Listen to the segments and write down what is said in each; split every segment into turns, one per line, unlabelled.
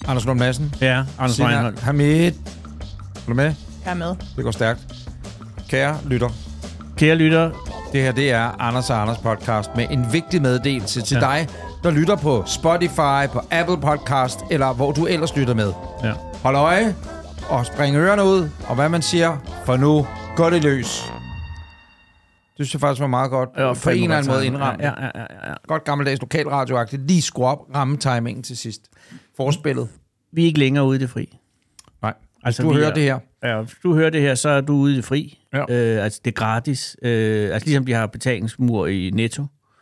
Anders Lund Madsen.
Ja, Anders Reinholdt.
Hamid. Er du med?
Jeg er med.
Det går stærkt. Kære lytter.
Kære lytter.
Det her, det er Anders og Anders podcast med en vigtig meddelelse til dig, der lytter på Spotify, på Apple Podcast, eller hvor du ellers lytter med.
Ja.
Hold øje og spring ørerne ud, og hvad man siger, for nu går det løs. Det synes jeg faktisk var meget godt.
Ja,
på en eller anden måde indramme.
Ja.
Godt gammeldags lokalradioagtigt. Lige skru op rammetimingen til sidst. Forspillet.
Vi er ikke længere ude i det fri.
Nej.
Altså,
du hører det her.
Ja, hvis du hører det her, så er du ude i det fri.
Ja.
Altså, det er gratis. Altså, ligesom de har betalingsmur i Netto.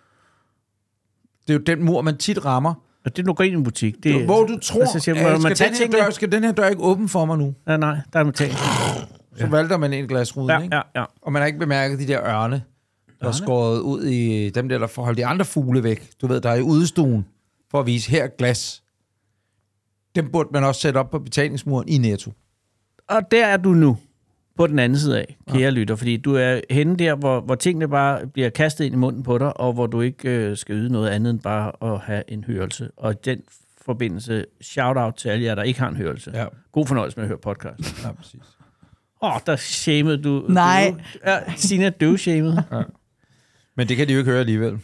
Det er jo den mur, man tit rammer.
Og det er, du går ind i en butik. Det,
hvor du tror, skal den her dør ikke åben for mig nu?
Ja, nej, der er betaling.
Så valgte man en glasrude, ikke?
Ja.
Og man har ikke bemærket de der ørne, der er skåret ud i dem der får holdt de andre fugle væk. Du ved, der er i udestuen for at vise her glas. Dem burde man også sætte op på betalingsmuren i Netto.
Og der er du nu, på den anden side af, kære lytter, fordi du er henne der, hvor tingene bare bliver kastet ind i munden på dig, og hvor du ikke skal yde noget andet end bare at have en hørelse. Og i den forbindelse, shout-out til alle jer, der ikke har en hørelse. Ja. God fornøjelse med at høre podcast.
Ja, præcis.
Der shamede du.
Nej.
Sina døvshamede.
Ja. Men det kan de jo ikke høre alligevel.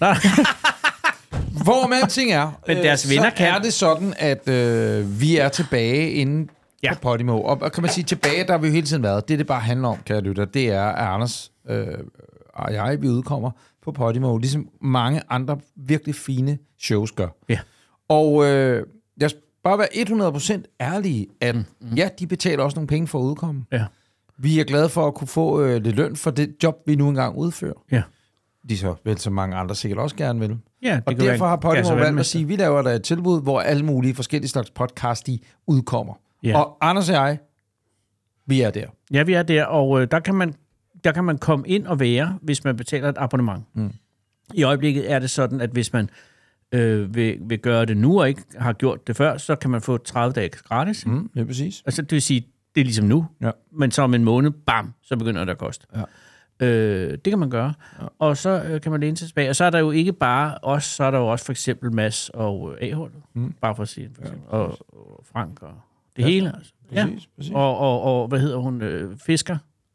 Hvor med alting er,
men deres venner
så er det sådan, at vi er tilbage inde på Podimo. Og kan man sige, tilbage, der har vi jo hele tiden været. Det bare handler om, kære lytter, det er, at Anders og jeg, vi udkommer på Podimo, ligesom mange andre virkelig fine shows gør.
Ja.
Og jeg skal bare være 100% ærlig, at ja, de betaler også nogle penge for at udkomme.
Ja.
Vi er glade for at kunne få lidt løn for det job, vi nu engang udfører.
Ja.
De så vel, som mange andre sikkert også gerne vil.
Ja,
og derfor har Podimo valgt at sige, at vi laver der et tilbud, hvor alle mulige forskellige slags podcast, de udkommer. Ja. Og Anders og jeg, vi er der.
Ja, vi er der, og der kan man komme ind og være, hvis man betaler et abonnement. I øjeblikket er det sådan, at hvis man vil gøre det nu, og ikke har gjort det før, så kan man få 30 dage gratis.
Det er præcis.
Altså, det vil sige, det er ligesom nu, men så om en måned, bam, så begynder det at koste. Ja. Det kan man gøre. Ja. Og så kan man læne sig tilbage. Og så er der jo ikke bare os, så er der jo også for eksempel Mads og A-holdet. Bare for at sige det. Og Frank og det hele. Altså.
Præcis.
Og hvad hedder hun? Fisker?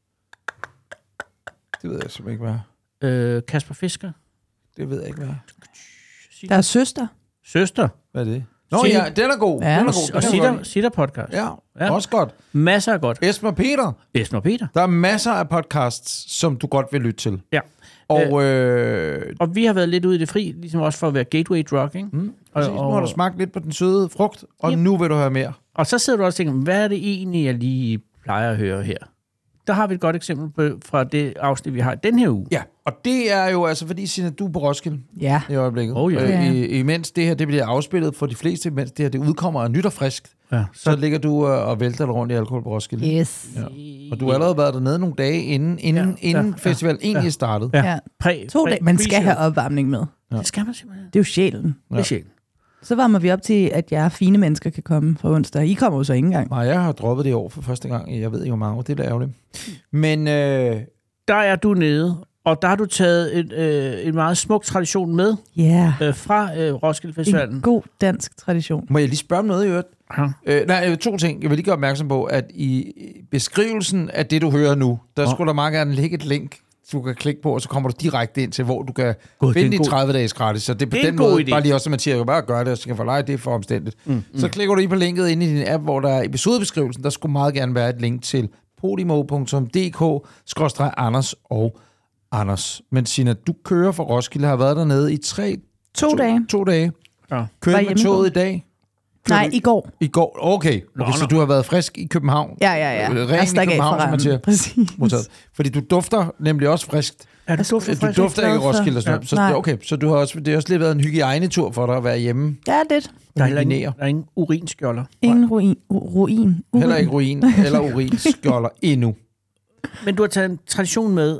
Det ved jeg simpelthen ikke, hvad.
Kasper Fisker?
Det ved jeg ikke, hvad.
Der er søster.
Søster?
Hvad er det? Nå ja, den er god.
Ja.
Den er god.
Og Sitter podcast.
Ja, også godt.
Masser af godt.
Esben og Peter.
Der
er masser af podcasts, som du godt vil lytte til.
Ja.
Og
vi har været lidt ude i det fri, ligesom også for at være gateway drug, ikke?
Præcis, nu har du smagt lidt på den søde frugt, og nu vil du høre mere.
Og så sidder du også og tænker, hvad er det egentlig, jeg lige plejer at høre her? Der har vi et godt eksempel på, fra det afsnit, vi har den her uge.
Ja, og det er jo altså, fordi Signe, du er på Roskilde i øjeblikket. Imens det her det bliver afspillet for de fleste, mens det her det udkommer og nyt og friskt, så ligger du og vælter rundt i alkohol på Roskilde.
Yes.
Ja. Og du har allerede været dernede nogle dage, inden festivalen egentlig startede.
Ja. 2 dage. Man skal have opvarmning med.
Ja. Det skal man simpelthen.
Det er jo sjælen.
Det er sjælen.
Så varmer vi op til, at jer fine mennesker kan komme fra onsdag. I kommer jo så ikke engang.
Nej, jeg har droppet det i år for første gang. Jeg ved ikke, hvor mange år. Det er da ærgerligt. Men
der er du nede, og der har du taget en meget smuk tradition med fra Roskilde Festivalen.
En god dansk tradition.
Må jeg lige spørge om noget i øvrigt? 2 ting. Jeg vil lige gøre opmærksom på, at i beskrivelsen af det, du hører nu, der skulle der meget gerne ligge et link, du kan klikke på, og så kommer du direkte ind til, hvor du kan finde de 30 dages gratis. Så det er på den måde, bare lige også, at man siger, bare gør det, og så kan få det er for omstændigt. Så klikker du lige på linket inde i din app, hvor der er episodebeskrivelsen, der skulle meget gerne være et link til podimo.dk/Anders og Anders. Men Sina, du kører fra Roskilde, har været dernede i
2 dage.
2 dage. Ja. Kører med toget i dag?
Nej, i går.
I går, okay. Så du har været frisk i København?
Ja.
Ren i København, som man siger.
Præcis.
Fordi du dufter nemlig også friskt.
Ja, du
dufter ikke Roskilde. Så du har også, det har også lidt været en hygiejnetur for dig at være hjemme.
Ja, lidt.
Der er ingen urinskjolder.
Ingen ruin.
Heller ikke ruin eller urinskjolder endnu.
Men du har taget en tradition med,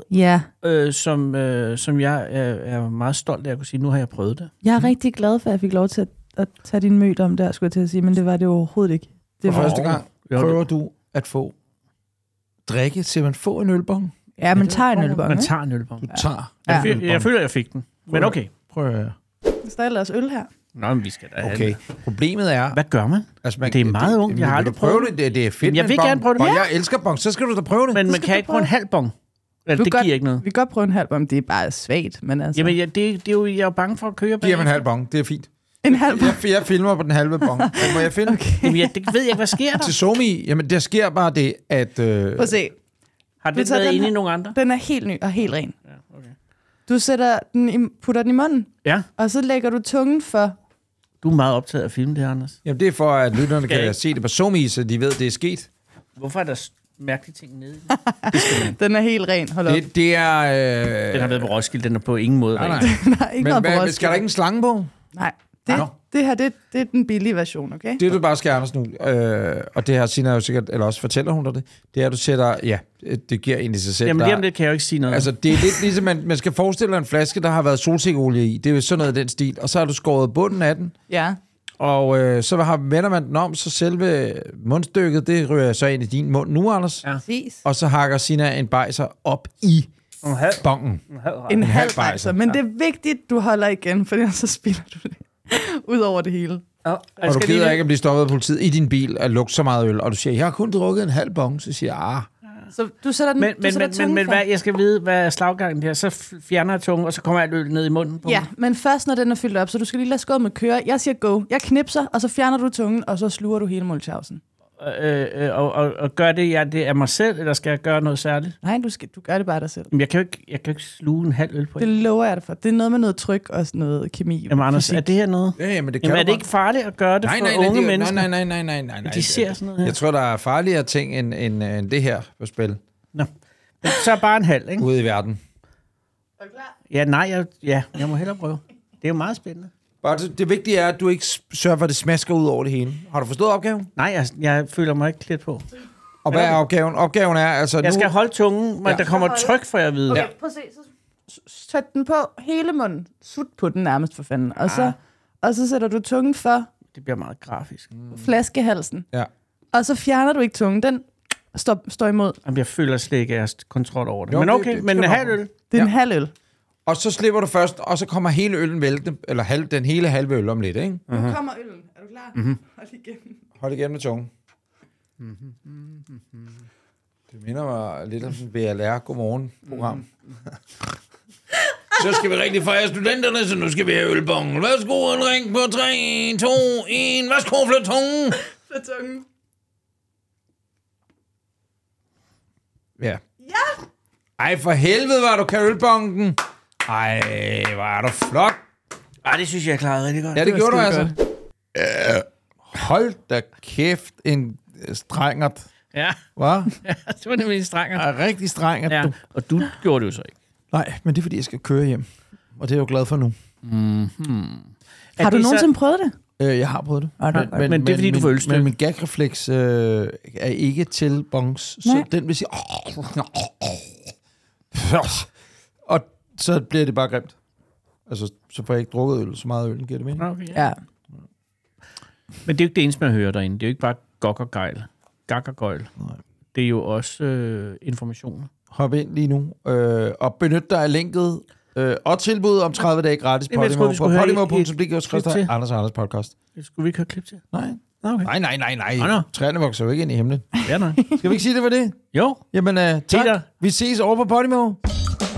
som jeg er meget stolt af at kunne sige, nu har jeg prøvet det.
Jeg er rigtig glad for, at jeg fik lov til at tage din møde om der, skulle jeg til at sige, men det var det overhovedet ikke.
For første gang prøver du at få drikke, til man får en ølbong?
Ja, man tager en ølbong.
Man tager en ølbong.
Du tager.
Jeg føler, jeg fik den. Men okay.
Prøv at høre.
Der står ellers øl her.
Nå, men vi skal da have
Okay. Problemet er...
Hvad gør man?
Altså,
Det er meget ungt. Jeg har aldrig
prøvet det. Det er fedt.
Jamen, jeg vil
med
gerne prøve det.
bong. Jeg elsker bong. Så skal du da prøve det.
Men man
skal
kan
du
ikke prøve en halv bong. Eller, det
godt,
giver ikke noget.
Vi kan godt prøve en halv bong. Det er bare svagt, men altså...
Jamen, det er jo, jeg er jo bange for at køre
Giv mig en halv bong. Det er fint.
en halv bong?
Jeg filmer på den halve bong. Den må jeg finde.
Okay.
Jamen, det ved jeg ikke, hvad sker der?
Til Somi, jamen der sker bare det, at...
Prøv at se.
Har
Du
det
tager
været
den
inde i
her.
nogle andre?
Den er helt ny og helt ren.
Ja, okay.
Du putter den i munden,
Ja,
og så lægger du tungen for...
du er meget optaget af at filme det, Anders.
Jamen det er for, at lytterne
Skal
kan
jeg-
se det på Somi, så de ved, det er sket.
Hvorfor er der mærkelige ting nede?
Den er helt ren. Hold op.
Det er...
Den har været på Roskilde, den er på ingen måde
Nej,
ren.
nej.
Der er ikke
Men
noget på
hvad,
Roskilde.
skal der ikke en slange på?
Nej,
Nå.
det her, det er den billige version, okay?
Det du bare skal, Anders, nu, og det har Sina jo sikkert, eller også fortæller hun dig det, det er, at du sætter, ja, det giver egentlig sig selv.
Jamen
der-
lige om det kan jeg jo ikke sige noget.
Altså, det er lidt ligesom, man skal forestille dig en flaske, der har været solsikkeolie i. Det er jo sådan noget af den stil. Og så har du skåret bunden af den,
Ja.
og så vender man den om, så selve mundstykket, det ryger så ind i din mund nu, Anders.
Ja.
Præcis.
Og så hakker Sina en bajser op i
En halv.
bongen.
En halv
halv
bajser.
bajser.
Men det er vigtigt, du holder igen, for ellers så spilder du det ud over det hele.
Og du gider ikke at blive stoppet af politiet i din bil at lugte så meget øl, og du siger, jeg har kun drukket en halv bong, så siger jeg,
Så du sætter den
Men hvad, jeg skal vide, hvad er slaggangen der? Så fjerner jeg tungen, og så kommer alt øl ned i munden på
Ja,
mig.
men først når den er fyldt op, så du skal lige lade skålet køre. Jeg siger go. Jeg knipser, og så fjerner du tungen, og så sluger du hele Molchausen.
Og gør det af mig selv, eller skal jeg gøre noget særligt?
Nej, du gør det bare dig selv.
Jamen, jeg kan jo ikke sluge en halv øl på
Det
en.
lover jeg dig for. Det er noget med noget tryk og sådan noget kemi.
Jamen, Anders,
fysik.
er det her noget?
ja, men det kan
Jamen, er
du
det
godt.
ikke farligt at gøre det for unge mennesker?
Nej.
De ser sådan noget her.
Jeg tror, der er farligere ting end det her på spil
Nå. Men så bare en halv, ikke?
ude i verden.
Er du klar?
Ja, nej, jeg må hellere prøve. Det er jo meget spændende.
Bare det vigtige er, at du ikke sørger for, at det smasker ud over det hele. Har du forstået opgaven?
Nej, jeg føler mig ikke klædt på.
Og hvad er opgaven? Opgaven er altså
Jeg skal holde tungen, men
Ja.
der kommer tryk, for jeg ved.
Okay,
Ja.
prøv at se. Så sæt den på hele munden. Sut på den nærmest for fanden. Og så sætter du tungen for
Det bliver meget grafisk.
flaskehalsen.
Ja.
Og så fjerner du ikke tungen. Den står imod.
Jamen, jeg føler slet ikke, at jeg har kontrol over det.
Jo,
Men
det-
okay,
det
men
skal
en
du
halv
nok.
øl.
Det er en
Ja.
halv øl.
Og så slipper du først, og så kommer hele øllen væltende, eller den hele halve øl om lidt, ikke?
Nu kommer øllen. Er du klar? Hold igen.
Hold igen med tungen. Det minder mig lidt om sådan et VLR Godmorgen-program. Så skal vi rigtig fejre studenterne, så nu skal vi have ølbongen. Værsgo, en ring på 3, 2, 1. Værsgo, flyt tungen.
For tungen.
Ja. Ja! Ej, for helvede var du kan ølbongen. Ej, hvor er du flot.
Ej, det synes jeg klarede rigtig godt.
Ja, det gjorde du
skide
altså. Hold da kæft, en strengert.
Ja,
Hvad?
det var nemlig strengt.
Er rigtig strengert,
Ja,
du.
og du gjorde det jo så ikke.
Nej, men det er fordi, jeg skal køre hjem. Og det er jeg jo glad for nu.
Har du nogensinde prøvet det?
Jeg har prøvet det.
Men det er fordi, du får ølstykke.
Men min gagrefleks er ikke til bongs. Så
Nej.
den vil sige... Og så bliver det bare grimt. Altså, så får jeg ikke drukket øl, så meget øl, giver det mening?
Okay, ja.
Ja.
Men det er jo ikke det eneste, man hører derinde. Det er jo ikke bare gok og gejl. Gak og gøjl.
Nej.
Det er jo også informationer.
Hop ind lige nu og benyt dig af linket og tilbud om 30 dage gratis
Jamen, jeg troede, vi
på
skulle høre
podimo.dk
til.
Anders Podcast.
Det skulle vi ikke have klip til.
Nej.
Okay.
Nej.
Nå.
Træerne vokser jo ikke ind i himlen.
Ja, nej.
Skal vi ikke sige det for det?
Jo.
Jamen, tak.
Peter.
Vi ses over på Podimo.